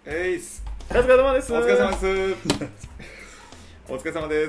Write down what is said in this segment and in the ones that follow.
いっす。 お疲れ様です。 お疲れ様です。お疲れ様です。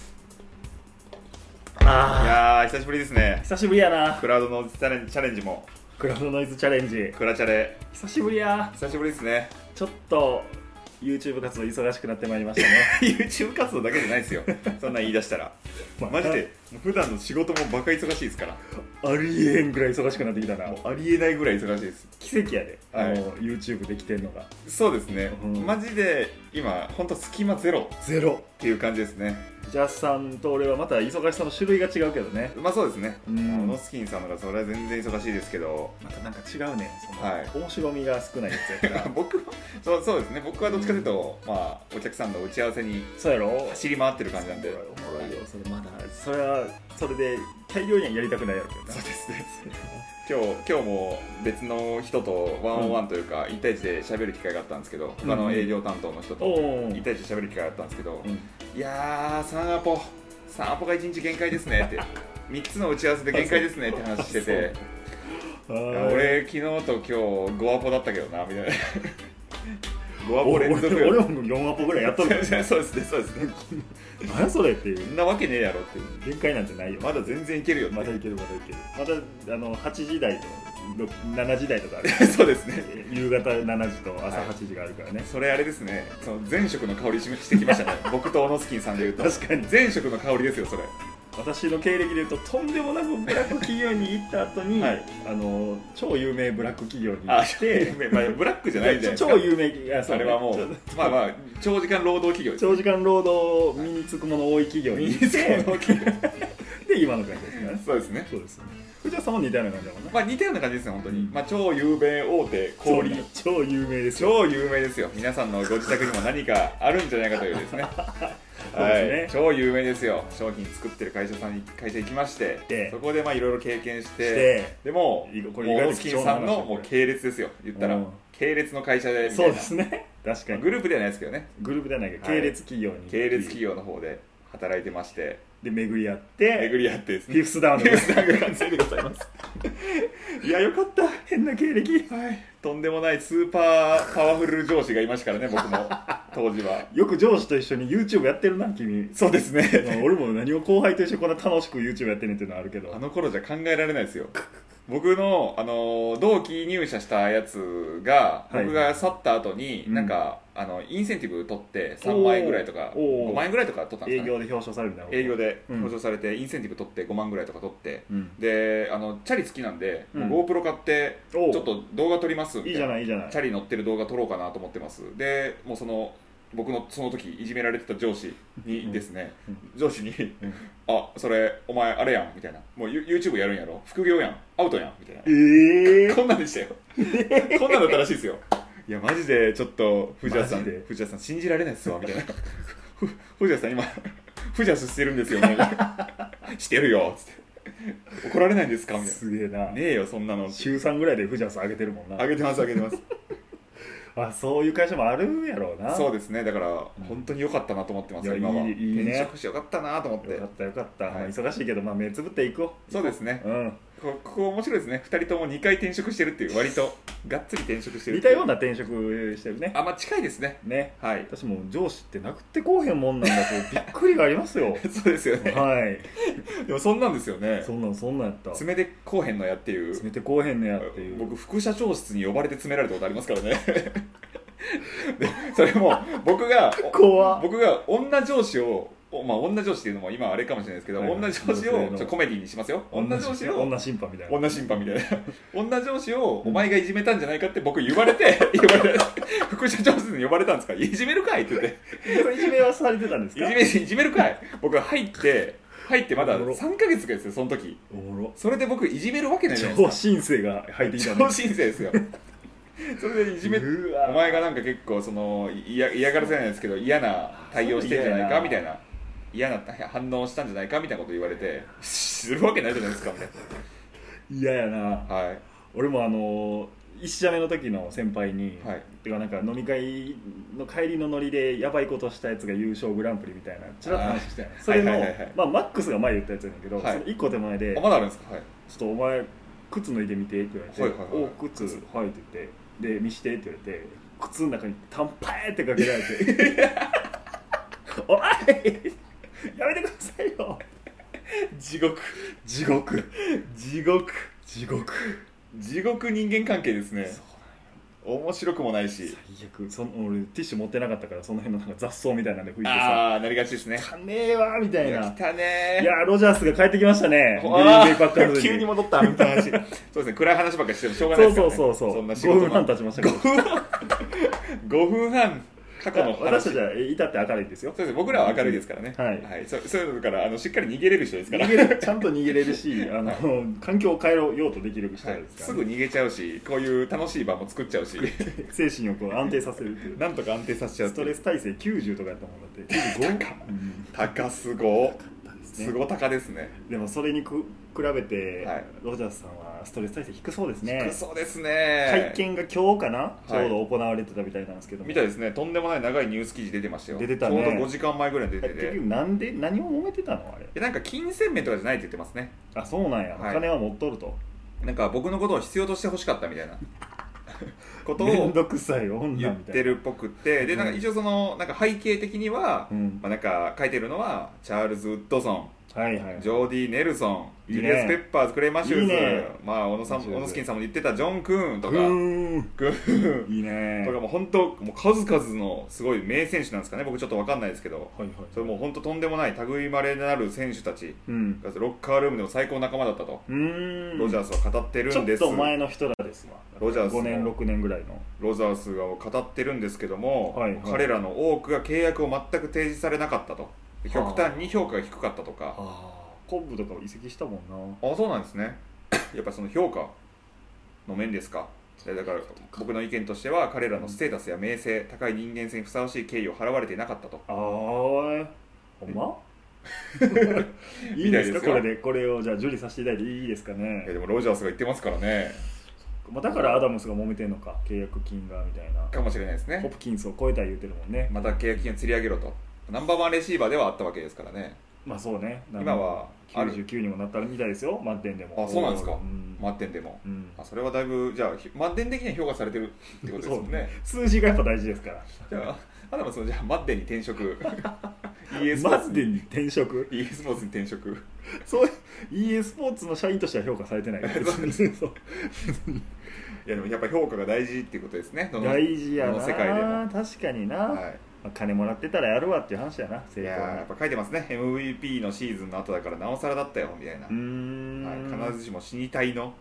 いやー、久しぶりですね。 久しぶりやな。 クラウドのチャレンジも。 クラウドノイズチャレンジ。 クラチャレ。 久しぶりや。 久しぶりですね。 ちょっと YouTube 活動忙しくなってまいりましたね。 YouTube 活動だけじゃないですよ。そんなん言い出したら。マジで、普段の仕事もバカ忙しいですから。 ありえんぐらい忙しくなってきたな。 もうありえないぐらい忙しいです。 奇跡やで、 はい、 YouTube できてんのが。 そうですね、マジで今ほんと隙間ゼロっていう感じですね。 ジャスさんと俺はまた忙しさの種類が違うけどね。 まあそうですね、ノスキンさんのがそれは全然忙しいですけど、 またなんか違うね、 はい、 面白みが少ないやつやから僕そうですね、僕はどっちかというと、まあお客さんの打ち合わせに走り回ってる感じなんで。 おもろいよ、それまだそれはそれで大量にはやりたくないやろけどな。 そうですね。今日も別の人とワンオンワンというか1対1で喋る機会があったんですけど、他の営業担当の人と1対1で喋る機会があったんですけど、いやー、3アポが1日限界ですねって3つの打ち合わせで限界ですねって話してて、俺昨日と今日5アポだったけどなみたいな。5アポ連続。 俺も4アポぐらいやっとるそうですね、そうですね。 何それっていう。 そんなわけねえやろっていう。 限界なんてないよ。 まだ全然いけるよ。 まだいける。まだ8時台と7時台とかある。 そうですね。 夕方7時と朝8時があるからね。 それあれですね。その前職の香りしてきましたね。僕とオノスキンさんでいうと。 確かに。 前職の香りですよ、それ。 私の経歴でいうととんでもなくブラック企業に行った後に、超有名ブラック企業に行って、 まあ、ブラックじゃないじゃないですか。 超有名、 それはもうまあ長時間労働企業です。 長時間労働身につくもの多い企業に行ってで今の感じですからね。 そうですね。 そうですね。藤田さんも似たような感じだもんね。 まあ似たような感じですね、本当に。まあ超有名大手小売、 超有名ですよ。超有名ですよ。皆さんのご自宅にも何かあるんじゃないかというですね。はい、超有名ですよ。商品作ってる会社行きまして、そこでまあいろいろ経験して、でもオノスキンさんのもう系列ですよ。言ったら系列の会社でみたいな。 そうですね。確かに。 グループではないですけどね。 グループではないけど系列企業に。 系列企業の方で働いてまして。 で巡り合ってですね。 フィフスダウンが完成でございます。いや、よかった。 変な経歴。 はい。とんでもないスーパーパワフル上司がいましたからね、僕も当時は。 よく上司と一緒に YouTube やってるな、君。 そうですね。 俺も何を後輩と一緒にこんな楽しく YouTube やってんねんっていうのはあるけど、 あの頃じゃ考えられないですよ。僕の、同期入社したやつが、僕が去った後に、なんかインセンティブ取って3万円ぐらいとか5万円ぐらいとか取ったんですかね。 営業で表彰されるんだろう。 営業で表彰されて、インセンティブ取って5万ぐらいとか取って、でチャリ好きなんで、GoPro 買ってちょっと動画撮りますみたいな。 いいじゃないいいじゃない。 チャリ乗ってる動画撮ろうかなと思ってます。でもう僕のその時いじめられてた上司にですね、上司に「あ、それお前あれやん」みたいな「もう YouTube やるんやろ、副業やん、アウトやん」みたいな。こんなんでしたよ。こんなんだったらしいですよ。いやマジでちょっと藤田さん信じられないっすわみたいな。藤田さん今フジャスしてるんですよね。してるよっつって。怒られないんですかみたいな。 すげえな。 ねえよそんなの。 週3ぐらいでフジャス上げてるもんな。 上げてます。 あ、そういう会社もあるんやろうな。 そうですね。だから本当に良かったなと思ってますよ。今は転職してよかったなと思って。 よかった。忙しいけど目つぶっていこう。そうですね。ここ面白いですね。2人とも2回転職してるっていう、割とがっつり転職してる。 似たような転職してるね。 まあ近いですね。 はい。私も上司ってなくてこうへんもんなんだとびっくりがありますよ。 そうですよね。 はい。 でもそんなんですよね。 そんなんやった。 詰めてこうへんのやっていう。 詰めてこうへんのやっていう。 僕副社長室に呼ばれて詰められたことありますからね。でそれも僕が女上司を、女上司っていうのも今あれかもしれないですけど、女上司をコメディにしますよ。女上司を女審判みたいな。 女上司をお前がいじめたんじゃないかって僕言われて副社長室に呼ばれたんですか。いじめるかいって言って。 いじめはされてたんですか。 いじめるかい。僕入ってまだ3ヶ月ですよ、その時。それで僕いじめるわけないじゃないですか。 超新星が入ってきた。 超新星ですよ。それでいじめ、お前がなんか結構嫌がらせじゃないですけど嫌な対応してんじゃないかみたいな、嫌な反応したんじゃないかみたいなこと言われて、するわけないじゃないですかみたいな。 嫌やな。 はい。 俺も1社目の時の先輩に、てかなんか飲み会の帰りのノリでやばいことしたやつが優勝グランプリみたいなちらっと話してたよ。それのマックスが前言ったやつなんだけど、その1個手前で、 まだあるんですか。 ちょっとお前靴脱いでみてって言われて、お靴はいって言って、で見してって言われて、 靴の中に短パーってかけられておいやめてくださいよ。 地獄地獄地獄地獄地獄人間関係ですね。面白くもないし、 最悪。俺ティッシュ持ってなかったから、その辺のなんか雑草みたいなんで拭いてさ、 ああなりがちですね。 汚ねえわみたいな。 汚ねえ。 いやロジャースが帰ってきましたね。グリーンベイパッカーズに急に戻ったみたいな話そうですね、暗い話ばっかりしてもしょうがないですからね。 そうそんな仕事 5分半経ちましたけど 5分半過去の話。 私たちは至って明るいですよ。 そうですね、僕らは明るいですからね。 はい、 そういうのからしっかり逃げれる人ですから。 ちゃんと逃げれるし環境を変えようとできる人ですから、ね、 すぐ逃げちゃうし、こういう楽しい場も作っちゃうし精神をこう安定させるっていうなんとか安定させちゃう。 ストレス耐性90とかやったもんだって95 高すごすご高ですね。 でもそれに比べて、ロジャースさんはストレス耐性低そうですね。 低そうですね。 会見が今日かな、ちょうど行われてたみたいなんですけども、 みたいですね。とんでもない長いニュース記事出てましたよ。 出てたね。 ちょうど5時間前ぐらいに出てて、 結局何を揉めてたのあれ。 なんか金銭面とかじゃないって言ってますね。 あ、そうなんや、金は持っとると。 なんか僕のことを必要としてほしかったみたいなことをめんどくさい女みたいな言ってるっぽくて、でなんか一応そのなんか背景的には、なんか書いてるのはチャールズ・ウッドソン、ジョーディ・ネルソン、ジュリアス・ペッパーズ、クレイ・マシューズ、小野スキンさんも言ってたジョン・クーンとかいいねとか、もう本当もう数々のすごい名選手なんですかね。僕ちょっと分かんないですけど、それもう本当とんでもない類まれなる選手たち、ロッカールームでも最高の仲間だったとロジャースは語ってるんです。 ちょっと前の人らですわ。 ロジャース 5年6年ぐらいのロジャースが語ってるんですけども、彼らの多くが契約を全く提示されなかったと、極端に評価が低かったとか。 コンブとか移籍したもんな。 あ、そうなんですね。やっぱその評価の面ですか。だから僕の意見としては、彼らのステータスや名声、高い人間性にふさわしい敬意を払われていなかったと。 ほんまいいですか、これをじゃあ受理させていただいていいですかね。 でもロジャースが言ってますからね。 だからアダムスが揉めてんのか、契約金がみたいな。 かもしれないですね。 ホプキンスを超えたい言うてるもんね。 また契約金を釣り上げろと。ナンバーワンレシーバーではあったわけですからね。 まあそうね。 今は 99にもなったみたいですよ、満点でも。 あ、そうなんですか。満点でも。それはだいぶじゃあ満点的には評価されてるってことですもんね。 数字がやっぱ大事ですから。 じゃあアダムスのじゃあ満点に転職。 満点に転職。 EA スポーツに転職。 そう EA スポーツの社員としては評価されてない。いやでもやっぱ評価が大事っていうことですね。 大事やな。 世界でも確かにな。金もらってたらやるわっていう話やな。 いややっぱ書いてますね。 MVP のシーズンの後だからなおさらだったよみたいな。必ずしも死に体の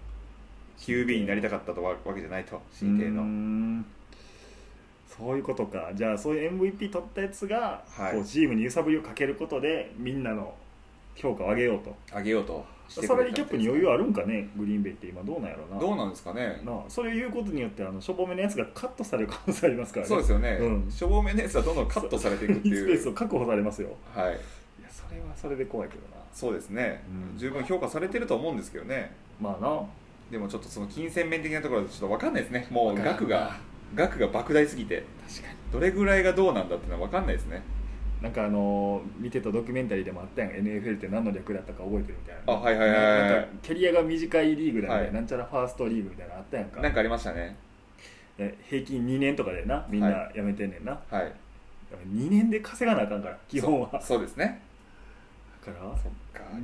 QB になりたかったわけじゃないと。死に体のそういうことか。じゃあそういう MVP 取ったやつが、こうチームに揺さぶりをかけることでみんなの評価を上げようとサラリーキャップに余裕あるんかね。グリーンベイって今どうなんやろうな。 どうなんですかね。 それを言うことによってしょぼめのやつがカットされる可能性ありますからね。 そうですよね、しょぼめのやつはどんどんカットされていくっていうスペースを確保されますよ。 いやそれはそれで怖いけどな。 そうですね、十分評価されてると思うんですけどね。 まあな。 でもちょっとその金銭面的なところはちょっと分かんないですね。もう額が莫大すぎて、確かにどれぐらいがどうなんだっていうのは分かんないですね。 なんか見てたドキュメンタリーでもあったやん。 NFL って何の略だったか覚えてるみたいな。なんかキャリアが短いリーグだね、なんちゃらファーストリーグみたいなのあったやんか。 なんかありましたね。 平均2年とかでな、みんな辞めてんねんな。2年で稼がなあかんから、基本は。 そうですね。 だから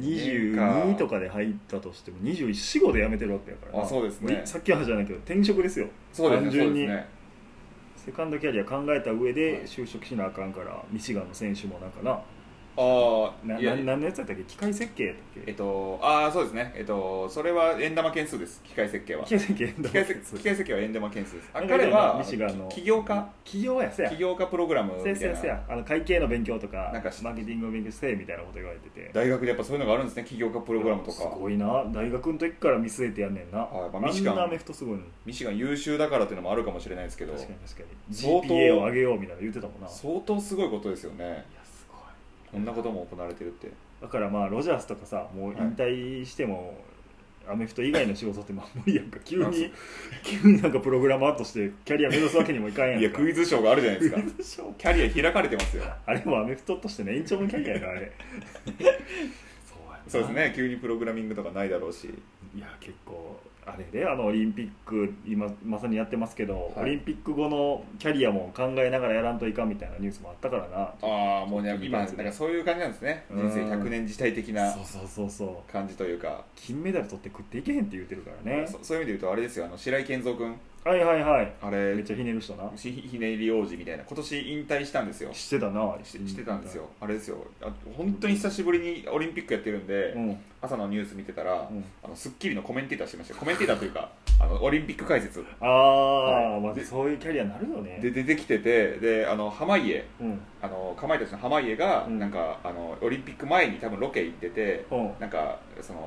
22とかで入ったとしても24、5で辞めてるわけやからな。 そうですね。 さっきの話じゃないけど転職ですよ。単純にセカンドキャリア考えた上で就職しなあかんから。ミシガンの選手もなんかな。何のやつだったっけ。機械設計やったっけ。 そうですね。それは円玉件数です。機械設計は機械設計は円玉件数です。彼はミシガンの起業家プログラムみたいな。 会計の勉強とかマーケティングを勉強してみたいなこと言われてて、 大学でやっぱそういうのがあるんですね。起業家プログラムとかすごいな。大学の時から見据えてやんねんな。ミシガンアメフトすごいの。 ミシガン優秀だからっていうのもあるかもしれないですけど、 確かに GPA を上げようみたいな言ってたもんな。相当すごいことですよね。こんなことも行われてるって。 だからまあロジャースとかさ、もう引退してもアメフト以外の仕事って無理やんか。急になんかプログラマーとしてキャリア目指すわけにもいかんやんか。 いやクイズショーがあるじゃないですか。キャリア開かれてますよ。 あれもアメフトとしての延長のキャリアやからあれ。 そうですね。急にプログラミングとかないだろうし。 いや結構あれでオリンピック今まさにやってますけど、 はい、 オリンピック後のキャリアも考えながらやらんといかんみたいなニュースもあったからな。 ああもうね今なんかそういう感じなんですね、人生100年時代的な感じというか、 金メダル取って食っていけへんって言ってるからね。 そういう意味で言うとあれですよ、白井健三君、 はいはいはい、 あれめっちゃひねる人な、 ひねり王子みたいな、今年引退したんですよ。 してたな、 してたんですよ。あれですよ、本当に久しぶりにオリンピックやってるんで、朝のニュース見てたら、スッキリのコメンテーターしてましたよ。コメンテーターというかオリンピック解説、 まずそういうキャリアになるよね。 で出てきてて、で濱家、かまいたちの濱家が、なんかオリンピック前に多分ロケ行ってて、なんか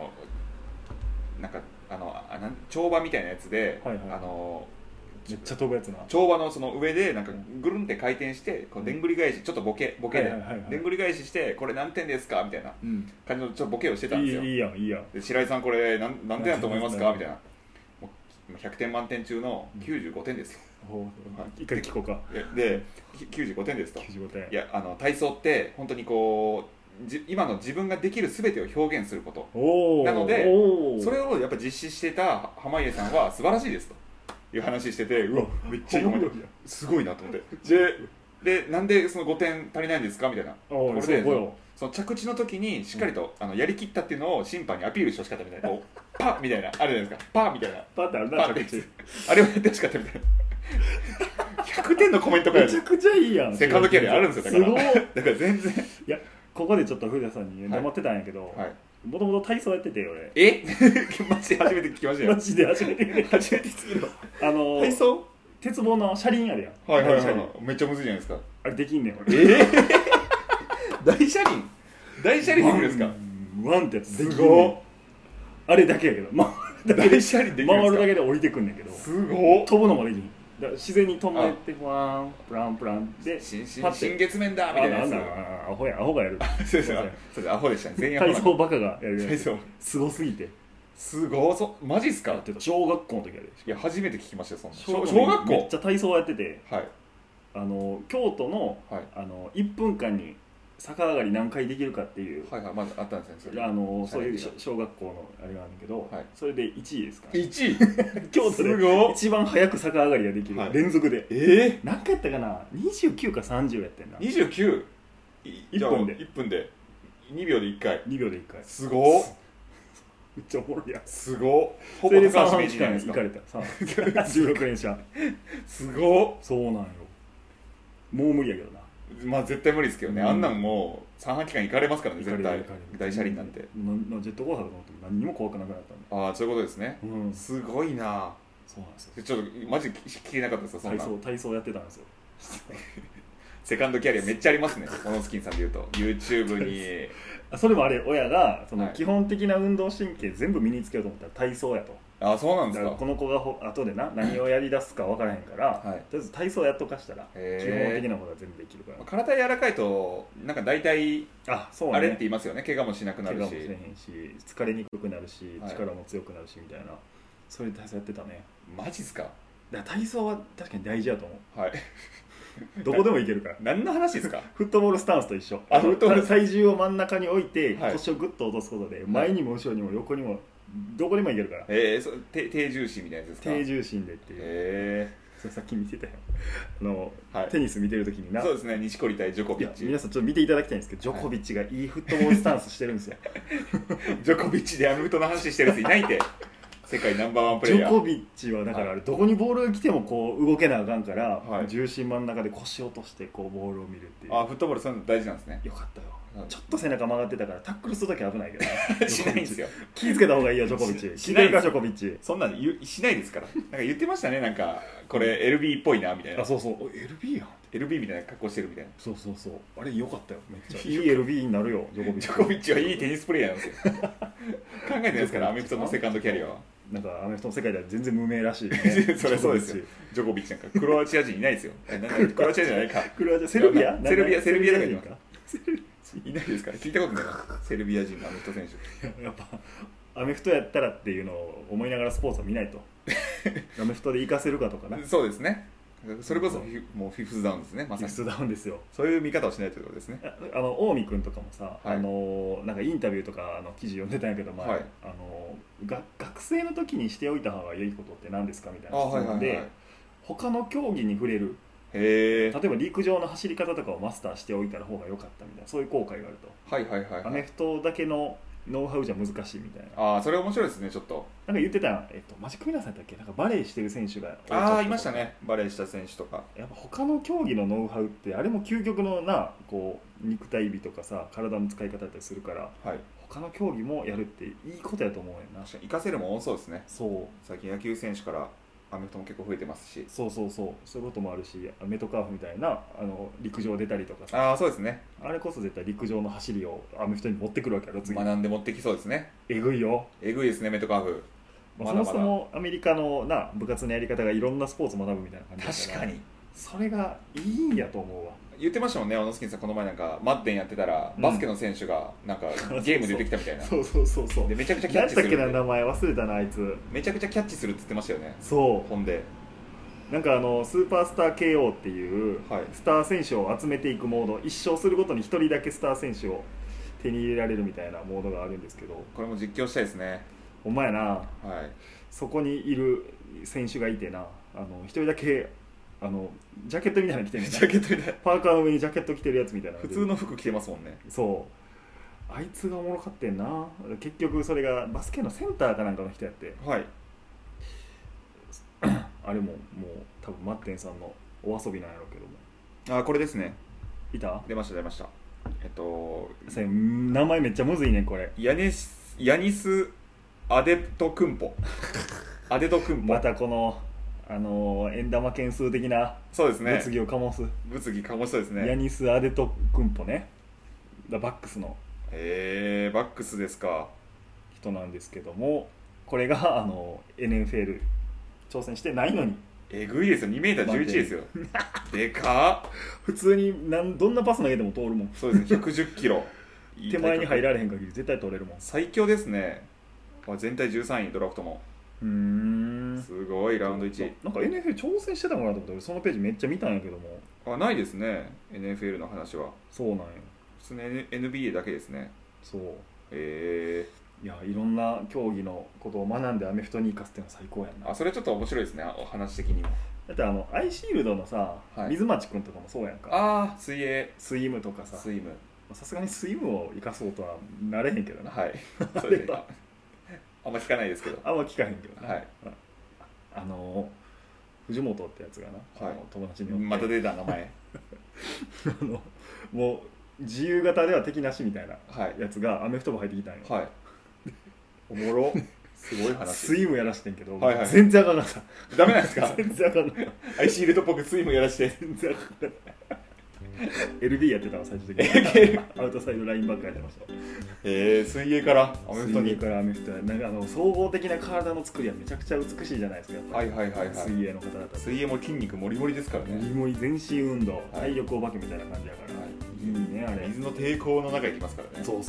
跳馬みたいなやつで、 めっちゃ飛ぶやつな。 跳馬のその上でなんかぐるんって回転してこうでんぐり返し、ちょっとボケででんぐり返しして、これ何点ですかみたいな感じのちょっとボケをしてたんですよ。 いいやんで白井さんこれ何点だと思いますかみたいな、もう100点満点中の95点ですよ。 一回聞こうか。 で95点ですと。 95点。 いや体操って本当にこう今の自分ができる全てを表現することなので、それをやっぱ実施してた濱家さんは素晴らしいですという話してて、うわめっちゃいいコメント、すごいなと思って、でなんでその5点足りないんですかみたいな、これでその着地の時にしっかりとやりきったっていうのを審判にアピールしてほしかったみたいな、こうパッみたいなあるじゃないですか、パッみたいな、 パッってあるな、着地あれをやってほしかったみたいな100点のコメントからめちゃくちゃいいやん。 セカンドキャリアあるんですよ。だから全然、 いやここでちょっと古田さんに黙ってたんやけど、もともと体操やってて俺。 マジで初めて聞きましたよ。 マジで初めて聞いた。体操鉄棒の車輪あるやん。 めっちゃむずいじゃないですか。 あれできんねん俺。 大車輪できるんですか。 ワンってやつできんねん。 すごっ。 あれだけやけど、 大車輪できるんですか。 回るだけで降りてくんねんけど、 すごっ。 飛ぶのもできん。自然に飛んでってフワーンプランプランで新月面だみたいなやつ。 アホがやる。 そうですアホでしたね。全員体操バカがやるやつ。 すごすぎて。 すごい。マジっすか。 小学校の時やで。 いや初めて聞きましたよ。そんな小学校めっちゃ体操やってて、京都の1分間に逆上がり何回できるかっていう、 まずあったんですね。 そういう小学校のあれがあるんだけど、それで1位ですから。 1位。 京都で一番早く逆上がりができる、連続で。何回やったかな、29か30やってんな。 29。 1 分で2秒で1回。 2秒で1回。 すごっ。 めっちゃおもろいやん。 すごっ。 ほぼ高橋名人じゃないですか。行かれた。16連射。 すごっ。 そうなんよ。もう無理やけどな。 まあ絶対無理ですけどね。あんなんもう三半規管行かれますからね、絶対。大車輪なんて。 ジェットコースターとか乗っても何にも怖くなくなったんで。 ああ、そういうことですね。すごいな。 そうなんですよ。 ちょっとマジで聞けなかったですよ、そんな。 体操やってたんですよ。 セカンドキャリアめっちゃありますね、モノスキンさんでいうと。YouTube に。 それもあれ、親が基本的な運動神経全部身につけようと思ったら体操やと。 あ、そうなんですか。 この子が後で何をやりだすか分からへんから、とりあえず体操やっとかしたら基本的なことは全部できるから。 体柔らかいとなんか大体あれって言いますよね。怪我もしなくなるし、 怪我もしれへんし、疲れにくくなるし、力も強くなるしみたいな、そういう体操やってたね。 マジっすか。 体操は確かに大事だと思う。 はい。 どこでもいけるから。 何の話ですか。 フットボールスタンスと一緒。体重を真ん中に置いて腰をグッと落とすことで、前にも後ろにも横にもどこにもいけるから。 低重心みたいなやつですか。 低重心でっていう。それさっき見てたよ。テニス見てるときにな。 そうですね。錦織対ジョコビッチ。 皆さんちょっと見ていただきたいんですけど、ジョコビッチがいいフットボールスタンスしてるんですよ。 ジョコビッチでアメフトの話してるやついないって。世界ナンバーワンプレイヤー。 ジョコビッチはだからどこにボールが来てもこう動けなあかんから、重心真ん中で腰落としてこうボールを見るっていう。 あ、フットボールそういうの大事なんですね。 よかったよ。ちょっと背中曲がってたからタックルするときは危ないけどしないんですよ。 気ぃつけた方がいいよ、ジョコビッチ。しないか、ジョコビッチ。 そんなのしないですから。なんか言ってましたね、なんかこれ LB っぽいなみたいな。 あ、そうそう、LB やん。 LB みたいな格好してるみたいな。 そうそうそう、あれ良かったよ、めっちゃいい LB になるよ、ジョコビッチ。 ジョコビッチはいいテニスプレイヤーなんですよ。考えてないですから、アメフトのセカンドキャリアは。 なんかアメフトの世界では全然無名らしいね。 それそうですよ。ジョコビッチなんかクロアチア人いないですよ。クロアチアじゃないか。 セルビアセルビアだかいないですから。聞いたことないな、セルビア人のアメフト選手。やっぱアメフトやったらっていうのを思いながらスポーツを見ないと。アメフトで活かせるかとかな。 そうですね。 それこそもうフィフスダウンですね、まさにフィフスダウンですよ。 そういう見方をしないということですね。 近江君とかもさ、 はい、 なんかインタビューとか記事読んでたんやけど、前、はい、学生の時にしておいた方が良いことって何ですかみたいな質問で、他の競技に触れる、例えば陸上の走り方とかをマスターしておいた方が良かったみたいな、そういう後悔があると。アメフトだけのノウハウじゃ難しいみたいな。 それ面白いですね。ちょっとなんか言ってた、マジックミラーさんだっけ、なんかバレーしてる選手がいましたね。バレーした選手とか、 やっぱ他の競技のノウハウってあれも究極のこう肉体美とかさ、体の使い方だったりするから、はい、他の競技もやるっていいことやと思うねんな。 活かせるも多そうですね。 そう、 最近野球選手からアメフトも結構増えてますし、 そういうこともあるし、メトカーフみたいな陸上出たりとかさ、 そうですね。 あれこそ絶対陸上の走りをアメフトに持ってくるわけやろ。次学んで持ってきそうですね。 えぐいよ。 えぐいですね、メトカーフ。 そもそもアメリカの部活のやり方がいろんなスポーツ学ぶみたいな感じだから、 確かにそれがいいんやと思うわ。 言ってましたもんね、スキンさん。この前なんかマッテンやってたら、バスケの選手がなんかゲーム出てきたみたいな。 そうでめちゃくちゃキャッチする。 何だっけな、名前忘れたな、あいつ。 めちゃくちゃキャッチするって言ってましたよね。 そう。 ほんでなんかスーパースター KO っていうスター選手を集めていくモード、一生するごとに1人だけスター選手を手に入れられるみたいなモードがあるんですけど、 これも実況したいですね。 ほんまやな、 はい、 そこにいる選手がいてな、1人だけジャケットみたいなの着てるね。 ジャケットみたいな、 パーカーの上にジャケット着てるやつみたいな。 普通の服着てますもんね。 そうあいつがおもろかってんな。結局それがバスケのセンターかなんかの人やって、 はいあれも多分マッテンさんのお遊びなんやろうけども。 これですね。 出ました名前めっちゃむずいねんこれ。 ヤニス・アデトクンポまたこの円玉件数的な、 そうですね、 物議を醸す。 物議醸しそうですね。 ヤニス・アデトクンポね、バックスのバックスですか。 人なんですけども、これがNFL挑戦してないのに、 えぐいですよ。 2m11 ですよ。でかっ。 普通にどんなパス投げても通るもん。 そうですね、110キロ手前に入られへん限り絶対取れるもん。 最強ですね。全体13位、ドラフトも。すごい。ラウンド1。 なんか NFL 挑戦してたのかなと思って、そのページめっちゃ見たんやけども、 ないですね、 NFL の話は。 そうなんよ。 普通の NBA だけですね。 そう。いや、いろんな競技のことを学んでアメフトに生かすっていうのは最高やんな。 それちょっと面白いですね、お話的にも。 だってアイシールドのさ、水町くんとかもそうやんか。 水泳、 スイムとかさ。 スイム、 さすがにスイムを生かそうとはなれへんけどな。 はいそれであんま聞かないですけど。 あんま聞かへんけどな。 はい。 藤本ってやつがな、友達にまた出た名前もう自由形では敵なしみたいなやつがアメフト部入ってきたんよ。 はい。 おもろ。 すごい話。 スイムやらしてんけど、全然あかんなかった。 ダメなんですか。 全然あかんなかった。 アイシールドっぽくスイムやらして全然あかんなかった。LD やってたの最終的に。アウトサイドラインバックやってました。 水泳からアメフトに。 水泳からアメフト。なんか総合的な体の作りはめちゃくちゃ美しいじゃないですか。 はい。 水泳の方々。 水泳も筋肉もりもりですからね。 もり全身運動、体力お化けみたいな感じだから。いいねあれ。 水の抵抗の中行きますからね。 そう。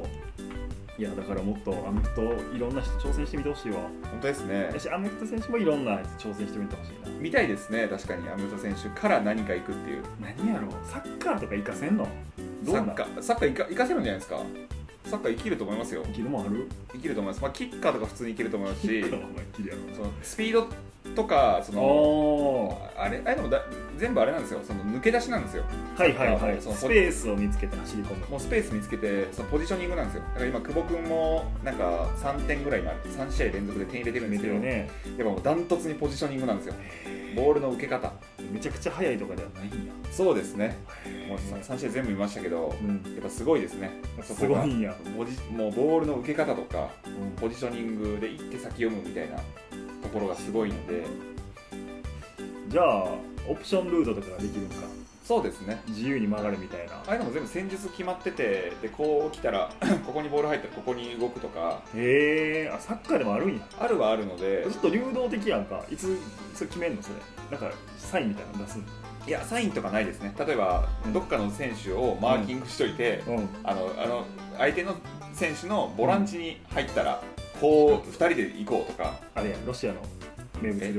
いやだからもっとアメフトいろんな人挑戦してみてほしいわ。 本当ですね。 アメフト選手もいろんな挑戦してみてほしいな。 見たいですね。確かにアメフト選手から何か行くっていう。 何やろう、サッカーとか活かせんの？ サッカー活かせるんじゃないですか。サッカー生きると思いますよ。 生きるもある？ 生きると思います。キッカーとか普通に生きると思いますし、 そのスピードとかあれでも全部あれなんですよ。その抜け出しなんですよ。 はい。スペースを見つけて走り込む。 もうスペース見つけて、そのポジショニングなんですよ。だから今久保君もなんか3点ぐらい3試合連続で点入れてるんですけど、やっぱもうダントツにポジショニングなんですよ。ボールの受け方。 めちゃくちゃ速いとかではないんや。 そうですね。もう3試合全部見ましたけど、やっぱすごいですね。 すごいんや。 もうボールの受け方とか、ポジショニングで一手先読むみたいなところがすごいので。 じゃあオプションルートとかができるんか。 そうですね。 自由に曲がるみたいな。 ああいうのも全部戦術決まってて、でこう来たらここにボール入ったらここに動くとか。 サッカーでもあるんや。 あるはあるので。 ちょっと流動的やんか。いつそれ決めんのそれ。なんかサインみたいなの出すの？ いやサインとかないですね。例えば、どっかの選手をマーキングしといて、相手の選手のボランチに入ったらこう2人で行こうとか。 あれやロシアの名物料理。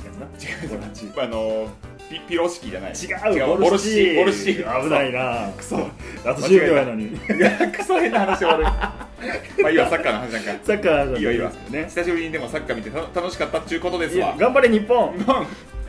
やんな。 違うボランチピロシキじゃない。 違うボルシー危ないなクソあと10秒やのにいやクソ変な話終わるまあいいわサッカーの話なんかサッカーの話いいわいいわね。 久しぶりにでもサッカー見て楽しかったっていうことですわ。 頑張れ日本